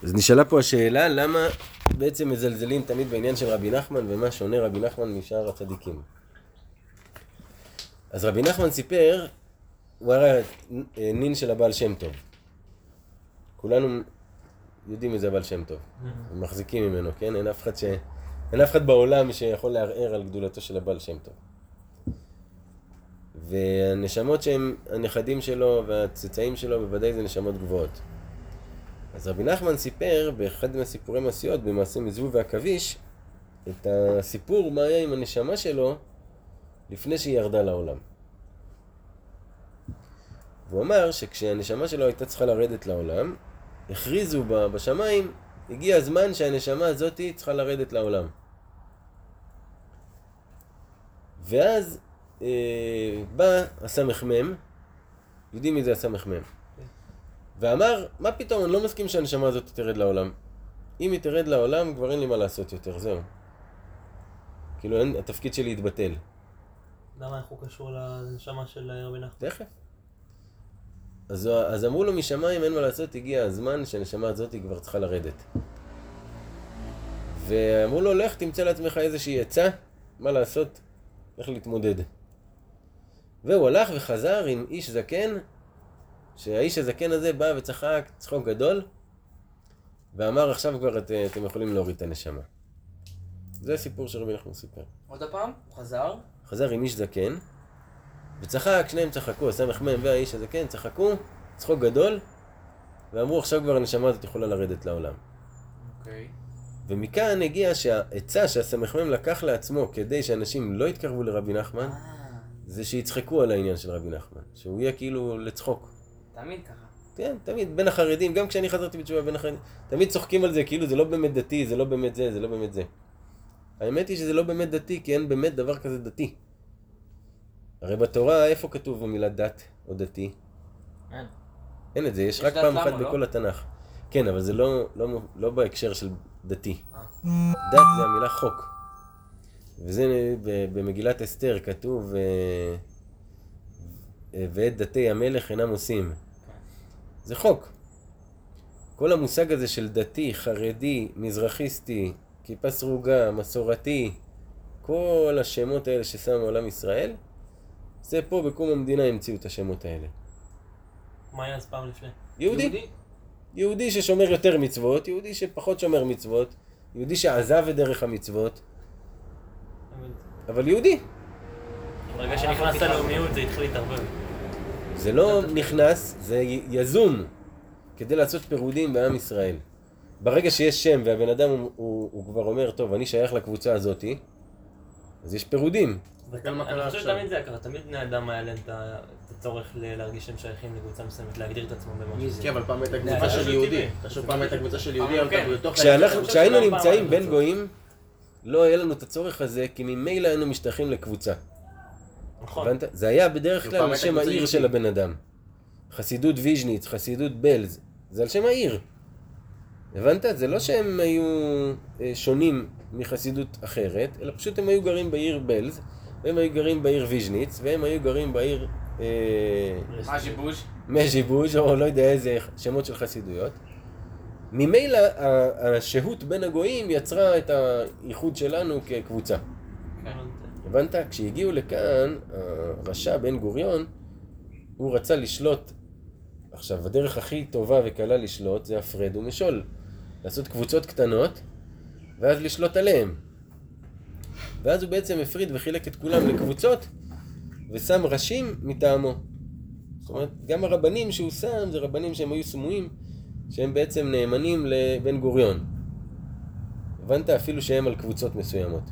אז נשאלה פה השאלה, למה בעצם מזלזלים תמיד בעניין של רבי נחמן, ומה שונה רבי נחמן משאר הצדיקים. אז רבי נחמן סיפר, הוא היה נין של הבעל שם טוב. כולנו יודעים מזה הבעל שם טוב, מחזיקים ממנו, כן? אין אף אחד בעולם שיכול לערער על גדולתו של הבעל שם טוב. והנשמות שהם הנכדים שלו והצאצאים שלו בוודאי זה נשמות גבוהות. אז רבי נחמן סיפר באחד מהסיפורי מעשיות, במעשה מזבוב והכביש, את הסיפור מה היה עם הנשמה שלו לפני שהיא ירדה לעולם. והוא אמר שכשהנשמה שלו הייתה צריכה לרדת לעולם, הכריזו בשמיים, הגיע הזמן שהנשמה הזאת צריכה לרדת לעולם. ואז בא הסמ"ם, יודעים מי זה הסמ"ם, ואמר, מה פתאום, אני לא מסכים שהנשמה הזאת תרד לעולם. אם היא תרד לעולם, כבר אין לי מה לעשות יותר, זהו. כאילו, התפקיד שלי יתבטל. למה איך הוא קשור לנשמה של רבי נחמן? תכף. אז אמרו לו משמיים, אין מה לעשות, הגיע הזמן שהנשמה הזאת כבר צריכה לרדת. ואמרו לו, לך תמצא לעצמך איזושהי עצה, מה לעשות, איך להתמודד. והוא הלך וחזר עם איש זקן, שהאיש הזקן הזה בא וצחק צחוק גדול, ואמר עכשיו כבר אתם יכולים להוריד את הנשמה. זה הסיפור שרבי נחמן סיפר. עוד הפעם, הוא חזר. חזר עם איש זקן, וצחק, שניהם צחקו, הסמ"ם והאיש הזקן צחקו, צחוק גדול, ואמרו עכשיו כבר הנשמה הזאת יכולה לרדת לעולם. אוקיי. ומכאן הגיע שהעצה שהסמ"ם לקח לעצמו כדי שאנשים לא יתקרבו לרבי נחמן, זה שיצחקו על העניין של רבי נחמן, שהוא יהיה כאילו לצחוק. תמיד ככה. כן, תמיד בין החרדים, גם כשאני חזרתי בתשובה בין החרדים, תמיד צוחקים על זה, כאילו זה לא באמת דתי, זה לא באמת זה, זה לא באמת זה. האמת היא שזה לא באמת דתי, כי אין באמת דבר כזה דתי. הרי בתורה, איפה כתוב המילה דת או דתי? אין את זה, יש רק פעם אחת בכל התנ"ך. כן, אבל זה לא בהקשר של דתי. דת זה המילה חוק. וזה במגילת אסתר כתוב, ואת דתי המלך אינם עושים. זה חוק. כל המושג הזה של דתי, חרדי, מזרחיסטי, כיפה סרוגה, מסורתי, כל השמות האלה ששמו עולם ישראל, זה פה בקום המדינה המציאו את השמות האלה. מה היה אז פעם לפני? יהודי. יהודי ששומר יותר מצוות, יהודי שפחות שומר מצוות, יהודי שעזב את דרך המצוות, אבל יהודי. ברגע שנכנס ללאומיות זה התחיל להתערבב. זה לא נכנס, זה יזום כדי לעשות פירודים בעם ישראל. ברגע שיש שם והבן אדם הוא כבר אומר, טוב, אני שייך לקבוצה הזאת, אז יש פירודים. אני חושב שתמיד זה יקרה, תמיד בני אדם היה להם את הצורך להרגיש שהם שייכים לקבוצה מסוימת, להגדיר את עצמם במשהו. כן, אבל פעם הייתה קבוצה של יהודי. תשוב פעם הייתה קבוצה של יהודי, כשהיינו נמצאים בין גויים, לא היה לנו את הצורך הזה, כי ממילא היינו משתייכים לקבוצה. נכון. זה היה בדרך כלל על שם העיר של הבן אדם. חסידות ויז'ניץ, חסידות בלז, זה על שם העיר. הבנת? זה לא שהם היו שונים מחסידות אחרת, אלא פשוט הם היו גרים בעיר בלז, והם היו גרים בעיר ויז'ניץ, והם היו גרים בעיר מז'יבוז' או לא יודע איזה שמות של חסידויות. ממילא השהות בין הגויים יצרה את הייחוד שלנו כקבוצה. הבנת? כשהגיעו לכאן, הרשע בן גוריון, הוא רצה לשלוט. עכשיו, הדרך הכי טובה וקלה לשלוט זה הפרד ומשול. לעשות קבוצות קטנות, ואז לשלוט עליהם. ואז הוא בעצם הפריד וחילק את כולם לקבוצות, ושם ראשים מטעמו. זאת אומרת, גם הרבנים שהוא שם, זה רבנים שהם היו סמויים, שהם בעצם נאמנים לבן גוריון. הבנת? אפילו שהם על קבוצות מסוימות.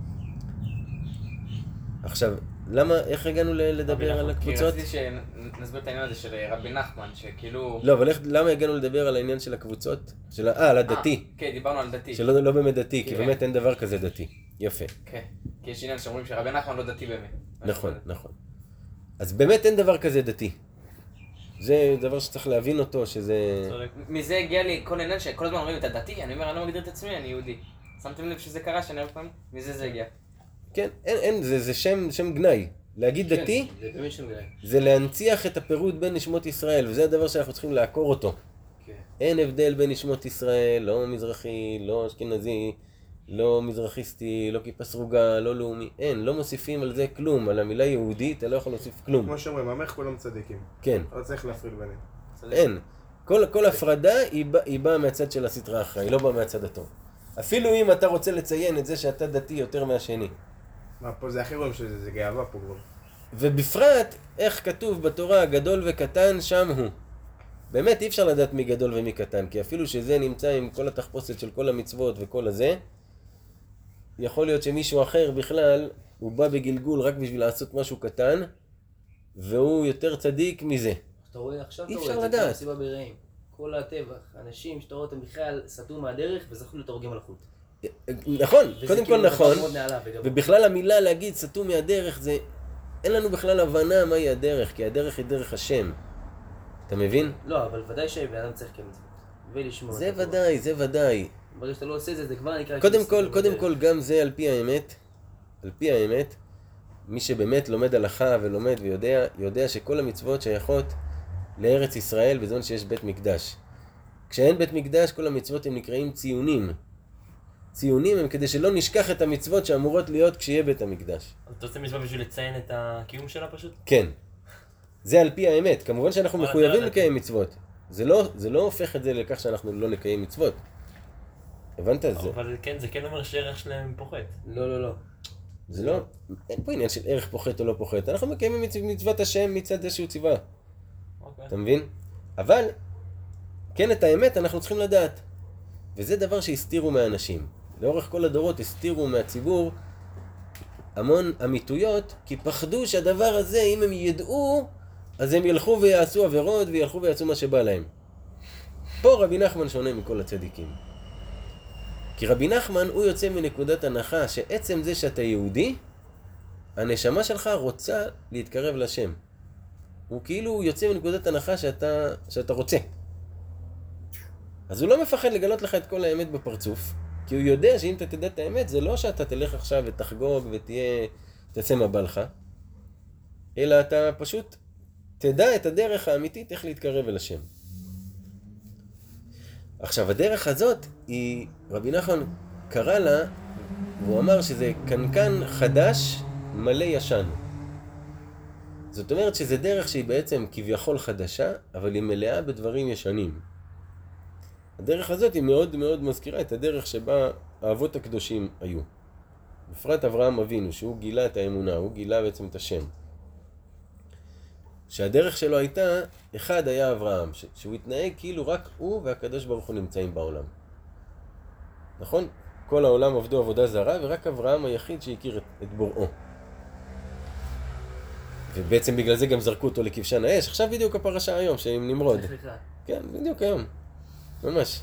עכשיו, איך הגענו לדבר על הקבוצות? כי רציתי שנסביר את העניין הזה של רבי נחמן, שכאילו... לא, אבל למה הגענו לדבר על העניין של הקבוצות? על הדתי. כן, דיברנו על דתי. שלא באמת דתי, כי באמת אין דבר כזה דתי. יפה. כן, כי יש עניין שאומרים שרבי נחמן לא דתי באמת. נכון, נכון. אז באמת אין דבר כזה דתי. זה דבר שצריך להבין אותו, שזה... מזה הגיע לי כל עניין שכל הזמן אומרים, אתה דתי? אני אומר, אני לא מגדיר את עצמי, אני יהודי. שמתם לב שזה קרה שאני הרבה פעמים? מזה זה הגיע. כן, אין, זה שם גנאי. להגיד דתי, זה להנציח את הפירוד בין נשמות ישראל, וזה הדבר שאנחנו צריכים לעקור אותו. אין הבדל בין נשמות ישראל, לא מזרחי, לא אשכנזי, לא מזרחיסטי, לא כיפה סרוגה, לא לאומי, אין, לא מוסיפים על זה כלום, על המילה יהודית אתה לא יכול להוסיף כלום. כמו שאומרים, עמך כולם צדיקים. כן. לא צריך להפריד ביניהם. אין. כל הפרדה היא באה מהצד של הסטרא אחרא, היא לא באה מהצד הטוב. אפילו אם אתה רוצה לציין את זה שאתה דתי יותר מהשני. מה פה זה הכי רואים שזה גאווה פה כבר. ובפרט, איך כתוב בתורה, גדול וקטן, שם הוא. באמת אי אפשר לדעת מי גדול ומי קטן, כי אפילו שזה נמצא עם כל התחפושת של כל המצוות וכל הזה, יכול להיות שמישהו אחר בכלל, הוא בא בגלגול רק בשביל לעשות משהו קטן, והוא יותר צדיק מזה. אתה רואה עכשיו, אי אתה אפשר רואה את זה, לדעת. הסיבה ברעים. כל הטבח, אנשים שאתה רואה אותם בכלל סטו מהדרך וזכו להיות הורגים על החוט. נכון, וזה קודם כאילו כל נכון, דבר מאוד נעלה וגבוה. ובכלל המילה להגיד סטו מהדרך זה, אין לנו בכלל הבנה מהי הדרך, כי הדרך היא דרך השם. אתה מבין? לא, אבל ודאי שבן אדם צריך כמצוות. ולשמור. זה ודאי, זה ודאי. ברגע שאתה לא עושה את זה, זה כבר נקרא... קודם כל גם זה על פי האמת, מי שבאמת לומד הלכה ולומד ויודע, יודע שכל המצוות שייכות לארץ ישראל בזמן שיש בית מקדש. כשאין בית מקדש כל המצוות הם נקראים ציונים. ציונים הם כדי שלא נשכח את המצוות שאמורות להיות כשיהיה בית המקדש. אז אתה עושה מצווה בשביל לציין את הקיום שלה פשוט? כן. זה על פי האמת. כמובן שאנחנו מחויבים לקיים מצוות. זה לא הופך את זה לכך שאנחנו לא נקיים מצוות. הבנת את זה? אבל כן, זה כן אומר שערך שלהם פוחת. לא. זה לא, אין פה עניין של ערך פוחת או לא פוחת. אנחנו מקיימים מצוות השם מצד זה שהוא ציווה. אתה מבין? אבל, כן את האמת אנחנו צריכים לדעת. וזה דבר שהסתירו מהאנשים. לאורך כל הדורות הסתירו מהציבור המון אמיתויות, כי פחדו שהדבר הזה, אם הם ידעו, אז הם ילכו ויעשו עבירות וילכו ויעשו מה שבא להם. פה רבי נחמן שונה מכל הצדיקים. כי רבי נחמן הוא יוצא מנקודת הנחה שעצם זה שאתה יהודי, הנשמה שלך רוצה להתקרב לשם. הוא כאילו יוצא מנקודת הנחה שאתה רוצה. אז הוא לא מפחד לגלות לך את כל האמת בפרצוף, כי הוא יודע שאם אתה תדע את האמת, זה לא שאתה תלך עכשיו ותחגוג ותעשה מה בא לך, אלא אתה פשוט תדע את הדרך האמיתית איך להתקרב אל השם. עכשיו, הדרך הזאת היא, רבי נחמן קרא לה, והוא אמר שזה קנקן חדש מלא ישן. זאת אומרת שזה דרך שהיא בעצם כביכול חדשה, אבל היא מלאה בדברים ישנים. הדרך הזאת היא מאוד מאוד מזכירה את הדרך שבה האבות הקדושים היו. בפרט אברהם אבינו, שהוא גילה את האמונה, הוא גילה בעצם את השם. שהדרך שלו הייתה, אחד היה אברהם, שהוא התנהג כאילו רק הוא והקדוש ברוך הוא נמצאים בעולם. נכון? כל העולם עבדו עבודה זרה, ורק אברהם היחיד שהכיר את בוראו. ובעצם בגלל זה גם זרקו אותו לכבשן האש. עכשיו בדיוק הפרשה היום, שעם נמרוד. כן, בדיוק היום. ממש.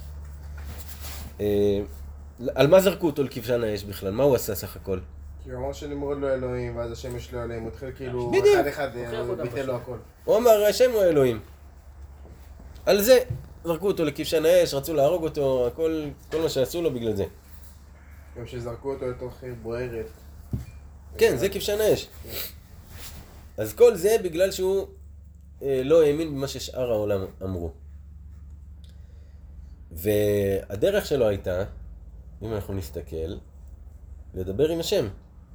על מה זרקו אותו לכבשן האש בכלל? מה הוא עשה סך הכל? כי הוא אמר שנמרוד לו אלוהים, ואז השם יש לו אלוהים, הוא התחיל כאילו אחד ביטל לו הכל. הוא אמר, השם הוא אלוהים. על זה זרקו אותו לכבשן האש, רצו להרוג אותו, כל מה שעשו לו בגלל זה. גם שזרקו אותו לתוך עיר בוערת. כן, זה כבשן האש. אז כל זה בגלל שהוא לא האמין במה ששאר העולם אמרו. והדרך שלו הייתה, אם אנחנו נסתכל, לדבר עם השם.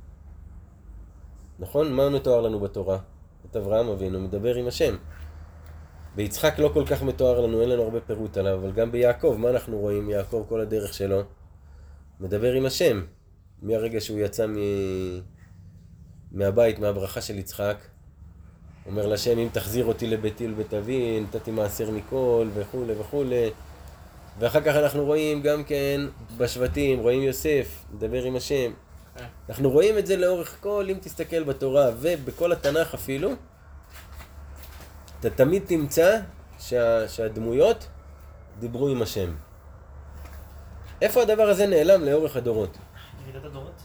נכון? מה מתואר לנו בתורה? את אברהם אבינו מדבר עם השם. ביצחק לא כל כך מתואר לנו, אין לנו הרבה פירוט עליו, אבל גם ביעקב, מה אנחנו רואים? יעקב כל הדרך שלו מדבר עם השם. מהרגע שהוא יצא מהבית, מהברכה של יצחק, אומר לשם, אם תחזיר אותי לביתי ולבית אבי, נתתי מעשר מכל וכו' וכו'. ואחר כך אנחנו רואים גם כן בשבטים, רואים יוסף, מדבר עם השם. אנחנו רואים את זה לאורך כל, אם תסתכל בתורה ובכל התנ"ך אפילו, אתה תמיד תמצא שהדמויות דיברו עם השם. איפה הדבר הזה נעלם לאורך הדורות? ירידת הדורות?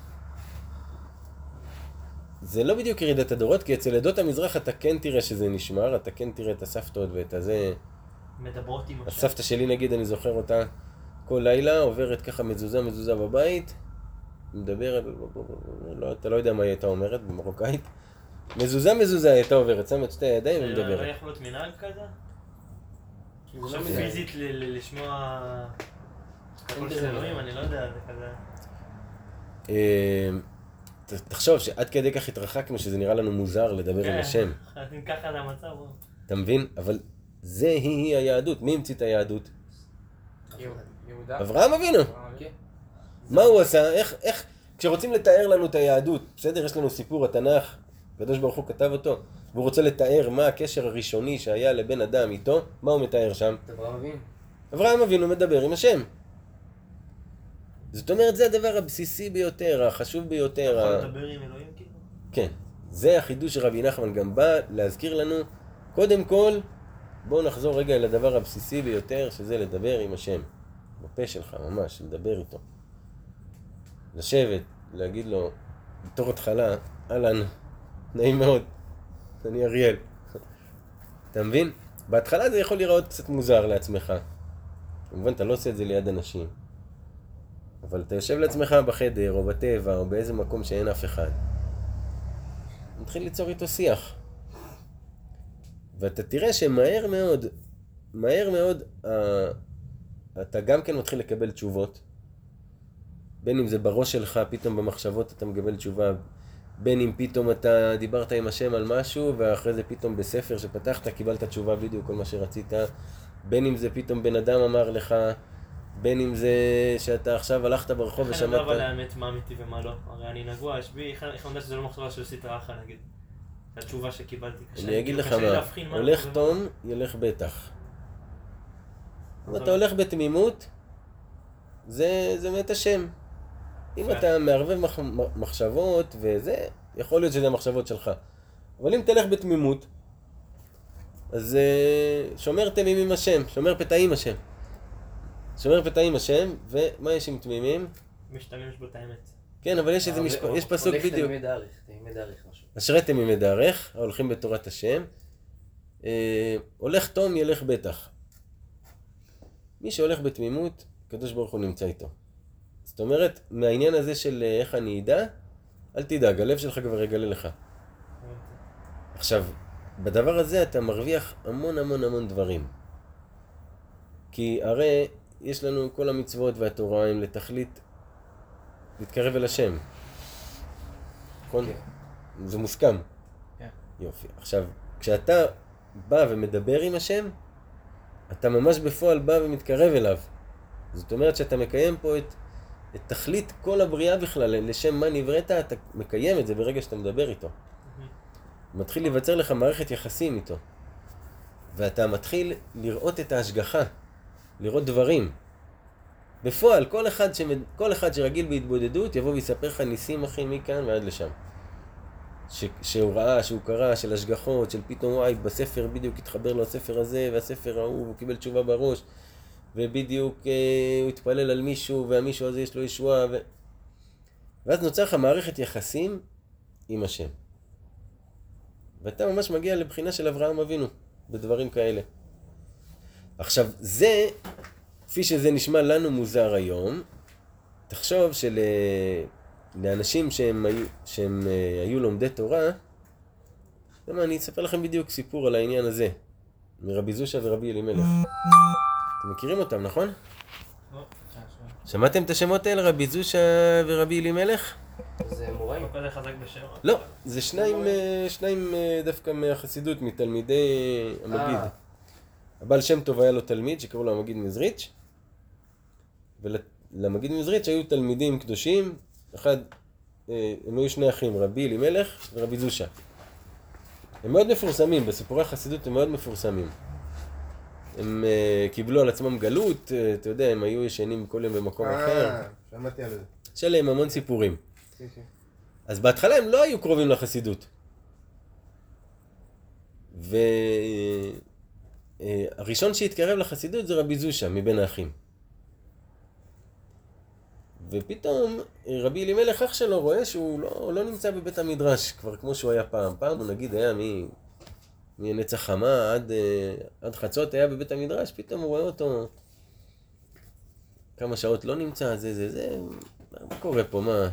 זה לא בדיוק ירידת הדורות, כי אצל עדות המזרח אתה כן תראה שזה נשמר, אתה כן תראה את הסבתות ואת הזה. מדברות עם השם. הסבתא שלי נגיד, אני זוכר אותה כל לילה, עוברת ככה מזוזה בבית, מדברת, לא, אתה לא יודע מה היא הייתה אומרת במרוקאית. מזוזה הייתה עוברת, שמה את שתי הידיים ומדברת. לא יכול להיות מנהג כזה? עכשיו פיזית לשמוע הקול של אלוהים, אני לא יודע, זה כזה... תחשוב שעד כדי כך התרחקנו שזה נראה לנו מוזר לדבר עם השם. אם ככה זה המצב. אתה מבין? אבל זה היא היהדות. מי המציא את היהדות? יהודה. אברהם אבינו. מה הוא עשה? איך... כשרוצים לתאר לנו את היהדות, בסדר? יש לנו סיפור התנ"ך, הקדוש ברוך הוא כתב אותו, והוא רוצה לתאר מה הקשר הראשוני שהיה לבן אדם איתו, מה הוא מתאר שם? אברהם אבינו מדבר עם השם. זאת אומרת, זה הדבר הבסיסי ביותר, החשוב ביותר. אתה יכול לדבר עם אלוהים כאילו? כן. זה החידוש שרבי נחמן גם בא להזכיר לנו, קודם כל, בואו נחזור רגע אל הדבר הבסיסי ביותר, שזה לדבר עם השם. בפה שלך ממש, לדבר איתו. לשבת, להגיד לו, בתור התחלה, אהלן, נעים מאוד, אני אריאל. אתה מבין? בהתחלה זה יכול להיראות קצת מוזר לעצמך. כמובן, אתה לא עושה את זה ליד אנשים. אבל אתה יושב לעצמך בחדר, או בטבע, או באיזה מקום שאין אף אחד. מתחיל ליצור איתו שיח. ואתה תראה שמהר מאוד, אתה גם כן מתחיל לקבל תשובות. בין אם זה בראש שלך, פתאום במחשבות אתה מקבל תשובה. בין אם פתאום אתה דיברת עם השם על משהו, ואחרי זה פתאום בספר שפתחת, קיבלת תשובה בדיוק, כל מה שרצית. בין אם זה פתאום בן אדם אמר לך, בין אם זה שאתה עכשיו הלכת ברחוב ושמעת... איך אני לא לאמת מה אמיתי ומה לא? הרי אני נגוע, יש בי, איך אני יודע שזה לא מחשבה של סטרחה נגיד? התשובה שקיבלתי קשה. אני אגיד לך מה, הולך תום, ילך בטח. אם אתה הולך בתמימות, זה מת השם. אם אתה מערבב מחשבות וזה, יכול להיות שזה המחשבות שלך. אבל אם תלך בתמימות, אז שומר תמים עם השם, שומר פתאים השם. שומר פתאים השם, ומה יש עם תמימים? משתמש בו את האמת. כן, אבל יש איזה יש פסוק בדיוק. הולך תמימי דאריך משהו. אשרי תמימי דאריך, ההולכים בתורת השם. הולך תום ילך בטח. מי שהולך בתמימות, הקדוש ברוך הוא נמצא איתו. זאת אומרת, מהעניין הזה של איך אני אדע, אל תדאג, הלב שלך כבר יגלה לך. עכשיו, בדבר הזה אתה מרוויח המון דברים. כי הרי יש לנו כל המצוות והתורה הם לתכלית להתקרב אל השם. נכון? זה מוסכם. יופי. עכשיו, כשאתה בא ומדבר עם השם, אתה ממש בפועל בא ומתקרב אליו. זאת אומרת שאתה מקיים פה את תכלית כל הבריאה בכלל, לשם מה נבראת, אתה מקיים את זה ברגע שאתה מדבר איתו. מתחיל להיווצר לך מערכת יחסים איתו. ואתה מתחיל לראות את ההשגחה, לראות דברים. בפועל, כל אחד שרגיל בהתבודדות יבוא ויספר לך ניסים אחי מכאן ועד לשם. שהוא ראה, שהוא קרא, של השגחות, של פתאום וואי, בספר בדיוק התחבר לו הספר הזה והספר ההוא, הוא קיבל תשובה בראש. ובדיוק הוא התפלל על מישהו, והמישהו הזה יש לו ישועה. ואז נוצר לך מערכת יחסים עם השם. ואתה ממש מגיע לבחינה של אברהם אבינו, בדברים כאלה. עכשיו, זה, כפי שזה נשמע לנו מוזר היום, תחשוב שלאנשים שהם היו לומדי תורה, אני אספר לכם בדיוק סיפור על העניין הזה, מרבי זושה ורבי אלימלך. אתם מכירים אותם, נכון? שמעתם את השמות האלה, רבי זושה ורבי אלימלך? זה מוראים. לא כזה חזק בשם. לא, זה שניים דווקא מהחסידות, מתלמידי המגיד. הבעל שם טוב היה לו תלמיד שקראו לו המגיד מזריץ', ולמגיד מזריץ' היו תלמידים קדושים, הם היו שני אחים, רבי אלימלך ורבי זושה. הם מאוד מפורסמים, בסיפורי החסידות הם מאוד מפורסמים. הם קיבלו על עצמם גלות, אתה יודע, הם היו ישנים כל יום במקום אחר. שמעתי על זה. יש עליהם המון סיפורים. אז בהתחלה הם לא היו קרובים לחסידות. והראשון שהתקרב לחסידות זה רבי זושה, מבין האחים. ופתאום רבי אלימלך אח שלו רואה שהוא לא נמצא בבית המדרש, כבר כמו שהוא היה פעם. פעם הוא נגיד היה מנצח חמה עד חצות היה בבית המדרש, פתאום הוא רואה אותו כמה שעות לא נמצא, מה קורה פה, מה?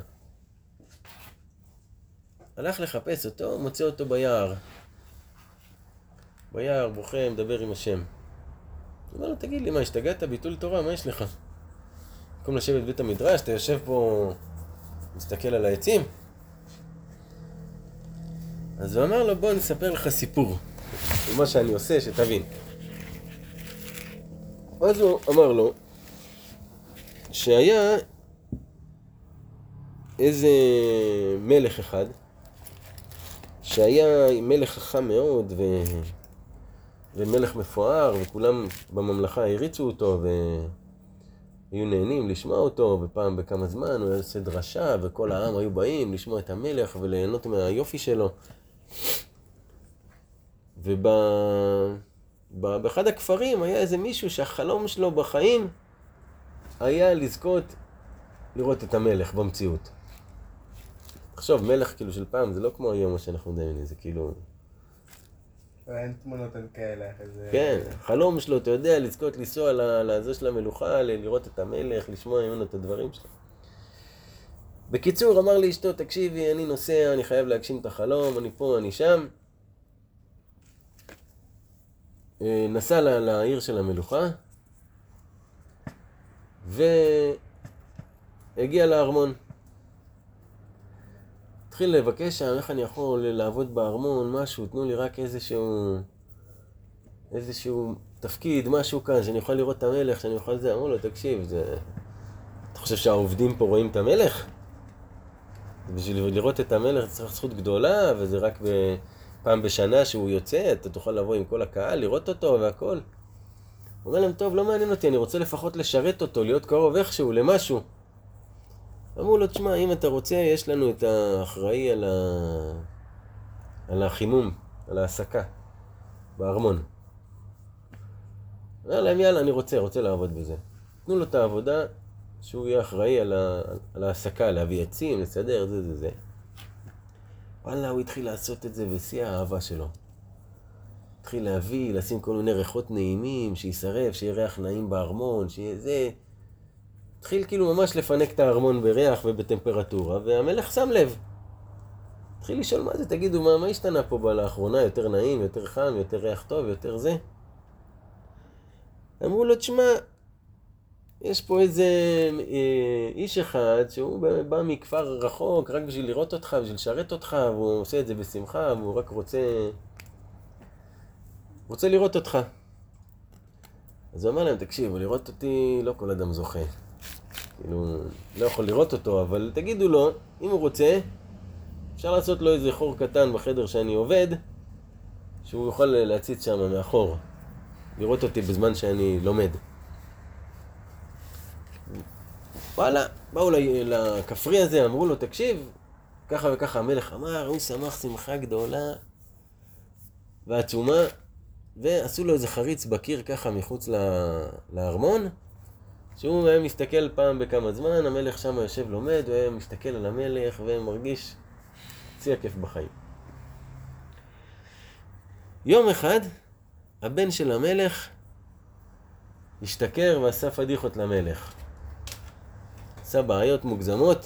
הלך לחפש אותו, מוצא אותו ביער. ביער, בוכה, מדבר עם השם. הוא אומר לו, תגיד לי, מה, השתגעת ביטול תורה? מה יש לך? במקום לשבת בבית המדרש, אתה יושב פה, מסתכל על העצים? אז הוא אמר לו, בוא נספר לך סיפור. זה מה שאני עושה, שתבין. אז הוא אמר לו, שהיה איזה מלך אחד, שהיה מלך חכם מאוד ומלך מפואר, וכולם בממלכה הריצו אותו והיו נהנים לשמוע אותו, ופעם בכמה זמן הוא היה עושה דרשה, וכל העם היו באים לשמוע את המלך וליהנות מהיופי שלו. ובאחד הכפרים היה איזה מישהו שהחלום שלו בחיים היה לזכות לראות את המלך במציאות. תחשוב, מלך כאילו של פעם, זה לא כמו היום מה שאנחנו יודעים, זה כאילו... אין תמונות על כאלה, איזה... כן, החלום שלו, אתה יודע, לזכות לנסוע לזה של המלוכה, לראות את המלך, לשמוע ממנו את הדברים שלו. בקיצור, אמר לי אשתו, תקשיבי, אני נוסע, אני חייב להגשים את החלום, אני פה, אני שם. נסע לעיר של המלוכה, והגיע לארמון. התחיל לבקש שם, איך אני יכול לעבוד בארמון, משהו, תנו לי רק איזשהו תפקיד, משהו כאן, שאני יכול לראות את המלך, שאני יכול זה. אמרו לו, תקשיב, אתה חושב שהעובדים פה רואים את המלך? בשביל לראות את המלך צריך זכות גדולה, וזה רק פעם בשנה שהוא יוצא, אתה תוכל לבוא עם כל הקהל, לראות אותו והכל. הוא אומר להם, טוב, לא מעניין אותי, אני רוצה לפחות לשרת אותו, להיות קרוב איכשהו, למשהו. אמרו לו, תשמע, אם אתה רוצה, יש לנו את האחראי על החימום, על ההעסקה, בארמון. אמר להם, יאללה, אני רוצה לעבוד בזה. תנו לו את העבודה, שהוא יהיה אחראי על ההעסקה, להביא עצים, לסדר, זה. וואלה, הוא התחיל לעשות את זה בשיא האהבה שלו. התחיל להביא, לשים כל מיני ריחות נעימים, שישרף, שיהיה ריח נעים בארמון, שיהיה זה. התחיל כאילו ממש לפנק את הארמון בריח ובטמפרטורה, והמלך שם לב. התחיל לשאול מה זה, תגידו, מה השתנה פה לאחרונה? יותר נעים, יותר חם, יותר ריח טוב, יותר זה? אמרו לו, תשמע, יש פה איזה איש אחד שהוא בא מכפר רחוק רק בשביל לראות אותך, בשביל לשרת אותך, והוא עושה את זה בשמחה, והוא רק רוצה לראות אותך. אז הוא אמר להם, תקשיבו, לראות אותי לא כל אדם זוכה. כאילו, לא יכול לראות אותו, אבל תגידו לו, אם הוא רוצה, אפשר לעשות לו איזה חור קטן בחדר שאני עובד, שהוא יוכל להציץ שם מאחור, לראות אותי בזמן שאני לומד. וואלה, באו לכפרי הזה, אמרו לו, תקשיב, ככה וככה המלך אמר, הוא שמח שמחה גדולה ועצומה, ועשו לו איזה חריץ בקיר ככה מחוץ לארמון, שהוא היה מסתכל פעם בכמה זמן, המלך שם יושב לומד, הוא היה מסתכל על המלך ומרגיש צי הכיף בחיים. יום אחד, הבן של המלך השתכר ועשה פדיחות למלך. עשה בעיות מוגזמות.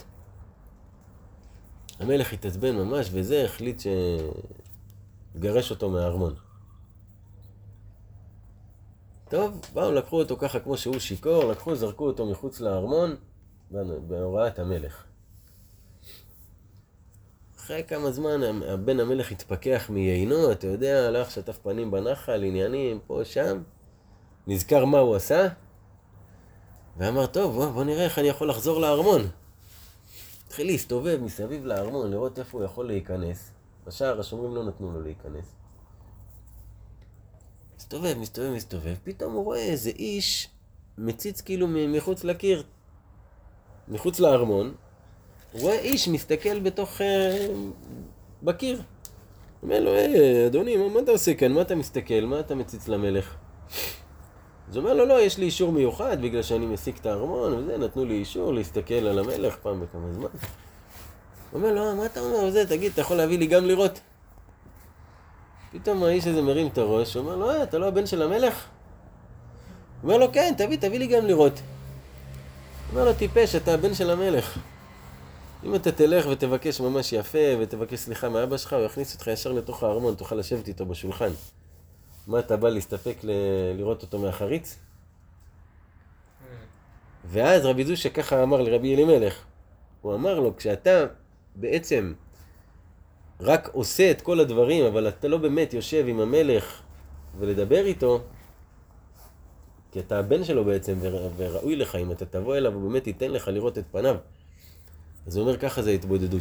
המלך התעצבן ממש, וזה החליט שגרש אותו מהארמון. טוב, באו, לקחו אותו ככה כמו שהוא שיקור, זרקו אותו מחוץ לארמון, בהוראת המלך. אחרי כמה זמן, הבן המלך התפכח מיינו, אתה יודע, הלך שטף פנים בנחל, עניינים, פה, שם. נזכר מה הוא עשה, ואמר, טוב, בוא נראה איך אני יכול לחזור לארמון. התחיל להסתובב מסביב לארמון, לראות איפה הוא יכול להיכנס. בשער השומרים לא נתנו לו להיכנס. מסתובב, פתאום הוא רואה איזה איש מציץ כאילו מחוץ לקיר, מחוץ לארמון. הוא רואה איש מסתכל בתוך, בקיר. הוא אומר לו, אדוני, מה אתה עושה כאן? מה אתה מסתכל? מה אתה מציץ למלך? אז הוא אומר לו, לא, יש לי אישור מיוחד בגלל שאני מסיק את הארמון וזה, נתנו לי אישור להסתכל על המלך פעם בכמה זמן. הוא אומר לו, מה אתה אומר? וזה, תגיד, אתה יכול להביא לי גם לראות? פתאום האיש הזה מרים את הראש, הוא אומר לו, אתה לא הבן של המלך? הוא אומר לו, כן, תביא לי גם לראות. הוא אומר לו, טיפש, אתה הבן של המלך. אם אתה תלך ותבקש ממש יפה ותבקש סליחה מאבא שלך, הוא יכניס אותך ישר לתוך הארמון, תוכל לשבת איתו בשולחן. מה, אתה בא להסתפק לראות אותו מהחריץ? ואז רבי זושה ככה אמר לרבי אלימלך, הוא אמר לו, כשאתה בעצם רק עושה את כל הדברים, אבל אתה לא באמת יושב עם המלך ולדבר איתו, כי אתה הבן שלו בעצם, וראוי לך, אם אתה תבוא אליו, הוא באמת ייתן לך לראות את פניו. אז הוא אומר, ככה זה התבודדות.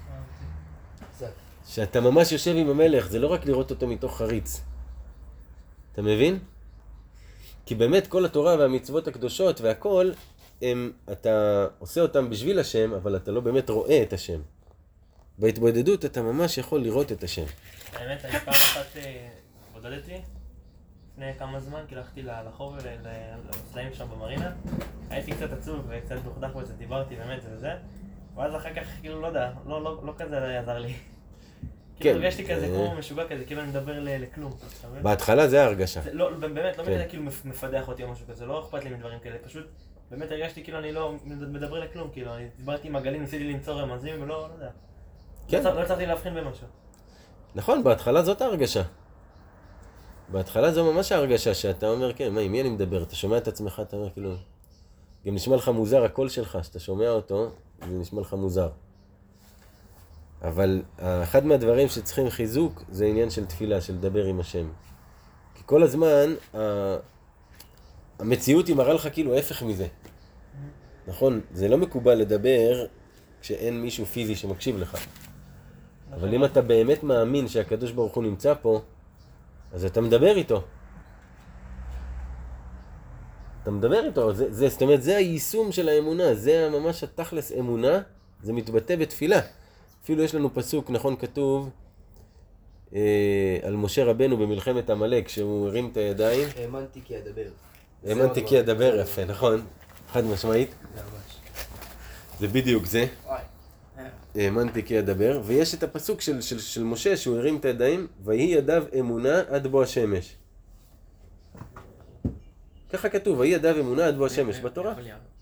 שאתה ממש יושב עם המלך, זה לא רק לראות אותו מתוך חריץ. אתה מבין? כי באמת כל התורה והמצוות הקדושות והכל, אתה עושה אותם בשביל השם, אבל אתה לא באמת רואה את השם. בהתבודדות אתה ממש יכול לראות את השם. האמת, אני פעם אחת בודדתי, לפני כמה זמן, כי הלכתי לחור ולסלעים שם במרינה. הייתי קצת עצוב וקצת דוחדח וקצת דיברתי באמת וזה. ואז אחר כך, כאילו, לא יודע, לא כזה עזר לי. כאילו הרגשתי כזה כמו משוגע כזה, כאילו אני מדבר לכלום. בהתחלה זה ההרגשה. באמת, לא מדי כאילו מפדח אותי או משהו כזה, לא אכפת לי מדברים כאלה, פשוט באמת הרגשתי כאילו אני לא מדבר לכלום, כאילו אני דיברתי עם הגלים, ניסיתי למצוא רמזים ולא יודע. לא הצלחתי להבחין במשהו. נכון, בהתחלה זאת ההרגשה. בהתחלה זו ממש ההרגשה שאתה אומר, כן, מה, עם מי אני מדבר? אתה שומע את עצמך, אתה אומר כאילו... גם נשמע לך מוזר הקול שלך, שאתה שומע אותו, זה נשמע לך מוזר. אבל אחד מהדברים שצריכים חיזוק זה עניין של תפילה, של לדבר עם השם. כי כל הזמן המציאות היא מראה לך כאילו ההפך מזה. נכון? זה לא מקובל לדבר כשאין מישהו פיזי שמקשיב לך. אבל אם אתה באמת מאמין שהקדוש ברוך הוא נמצא פה, אז אתה מדבר איתו. אתה מדבר איתו, זאת אומרת, זה היישום של האמונה, זה ממש התכלס אמונה, זה מתבטא בתפילה. אפילו יש לנו פסוק, נכון, כתוב על משה רבנו במלחמת עמלק, כשהוא הרים את הידיים. האמנתי כי אדבר. האמנתי כי אדבר, יפה, נכון? חד משמעית. זה בדיוק זה. האמנתי כי אדבר, ויש את הפסוק של משה שהוא הרים את הידיים, ויהי ידיו אמונה עד בוא השמש. ככה כתוב, ויהי ידיו אמונה עד בוא השמש בתורה.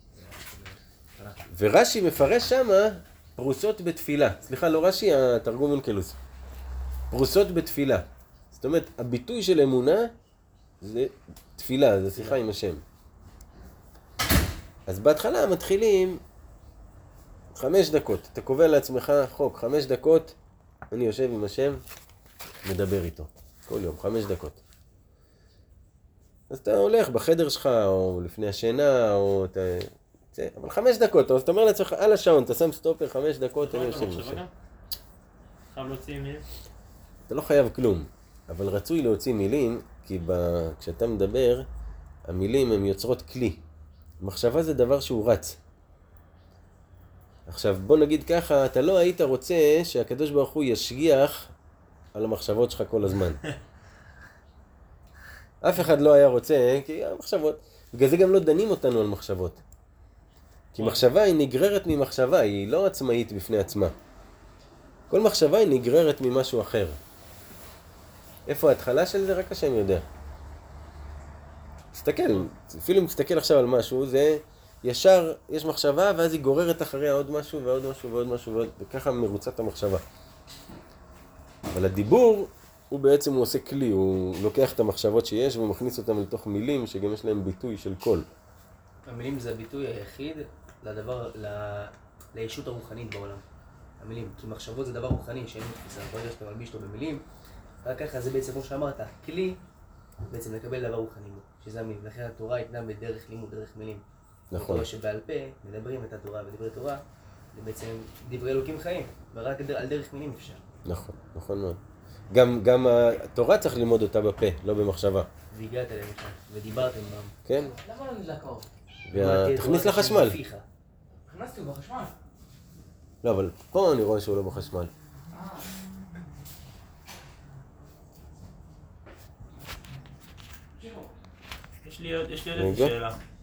ורש"י מפרש שמה פרוסות בתפילה. סליחה, לא רש"י, התרגום אונקלוס. פרוסות בתפילה. זאת אומרת, הביטוי של אמונה זה תפילה, זה שיחה עם השם. אז בהתחלה מתחילים 5 דקות. אתה קובע לעצמך חוק, 5 דקות, אני יושב עם השם, מדבר איתו. כל יום, 5 דקות. אז אתה הולך בחדר שלך, או לפני השינה, או אתה... אבל 5 דקות, אז אתה אומר לעצמך, על השעון, אתה שם סטופר 5 דקות, אני יושב עם השם. חייב להוציא מילים? אתה לא חייב כלום, אבל רצוי להוציא מילים, כי כשאתה מדבר, המילים הן יוצרות כלי. מחשבה זה דבר שהוא רץ. עכשיו בוא נגיד ככה, אתה לא היית רוצה שהקדוש ברוך הוא ישגיח על המחשבות שלך כל הזמן. אף אחד לא היה רוצה, כי המחשבות, בגלל זה גם לא דנים אותנו על מחשבות. כי מחשבה היא נגררת ממחשבה, היא לא עצמאית בפני עצמה. כל מחשבה היא נגררת ממשהו אחר. איפה ההתחלה של זה? רק השם יודע. תסתכל, אפילו אם תסתכל עכשיו על משהו, זה ישר, יש מחשבה ואז היא גוררת אחריה עוד משהו ועוד משהו ועוד משהו וככה מרוצת המחשבה. אבל הדיבור הוא בעצם הוא עושה כלי, הוא לוקח את המחשבות שיש ומכניס אותם לתוך מילים שגם יש להם ביטוי של קול. המילים זה הביטוי היחיד לדבר, לישות הרוחנית בעולם. המילים, כי מחשבות זה דבר רוחני שאין תפיסה, ברגע שאתה מלביש אותו במילים, רק ככה זה בעצם כמו שאמרת, כלי בעצם לקבל דבר רוחני בו, שזה המילים. לכן התורה הייתה בדרך לימוד, דרך מילים. נכון. התורה שבעל פה מדברים את התורה ודברי תורה, זה בעצם דברי אלוקים חיים, ורק על דרך מילים אפשר. נכון, נכון מאוד. גם התורה צריך ללמוד אותה בפה, לא במחשבה. והגעת אליהם שם, ודיברתם בם. כן. למה לא נדלק האור? תכניס לחשמל. הכנסתי הוא בחשמל. לא, אבל פה אני רואה שהוא לא בחשמל. יש לי עוד איזה שאלה.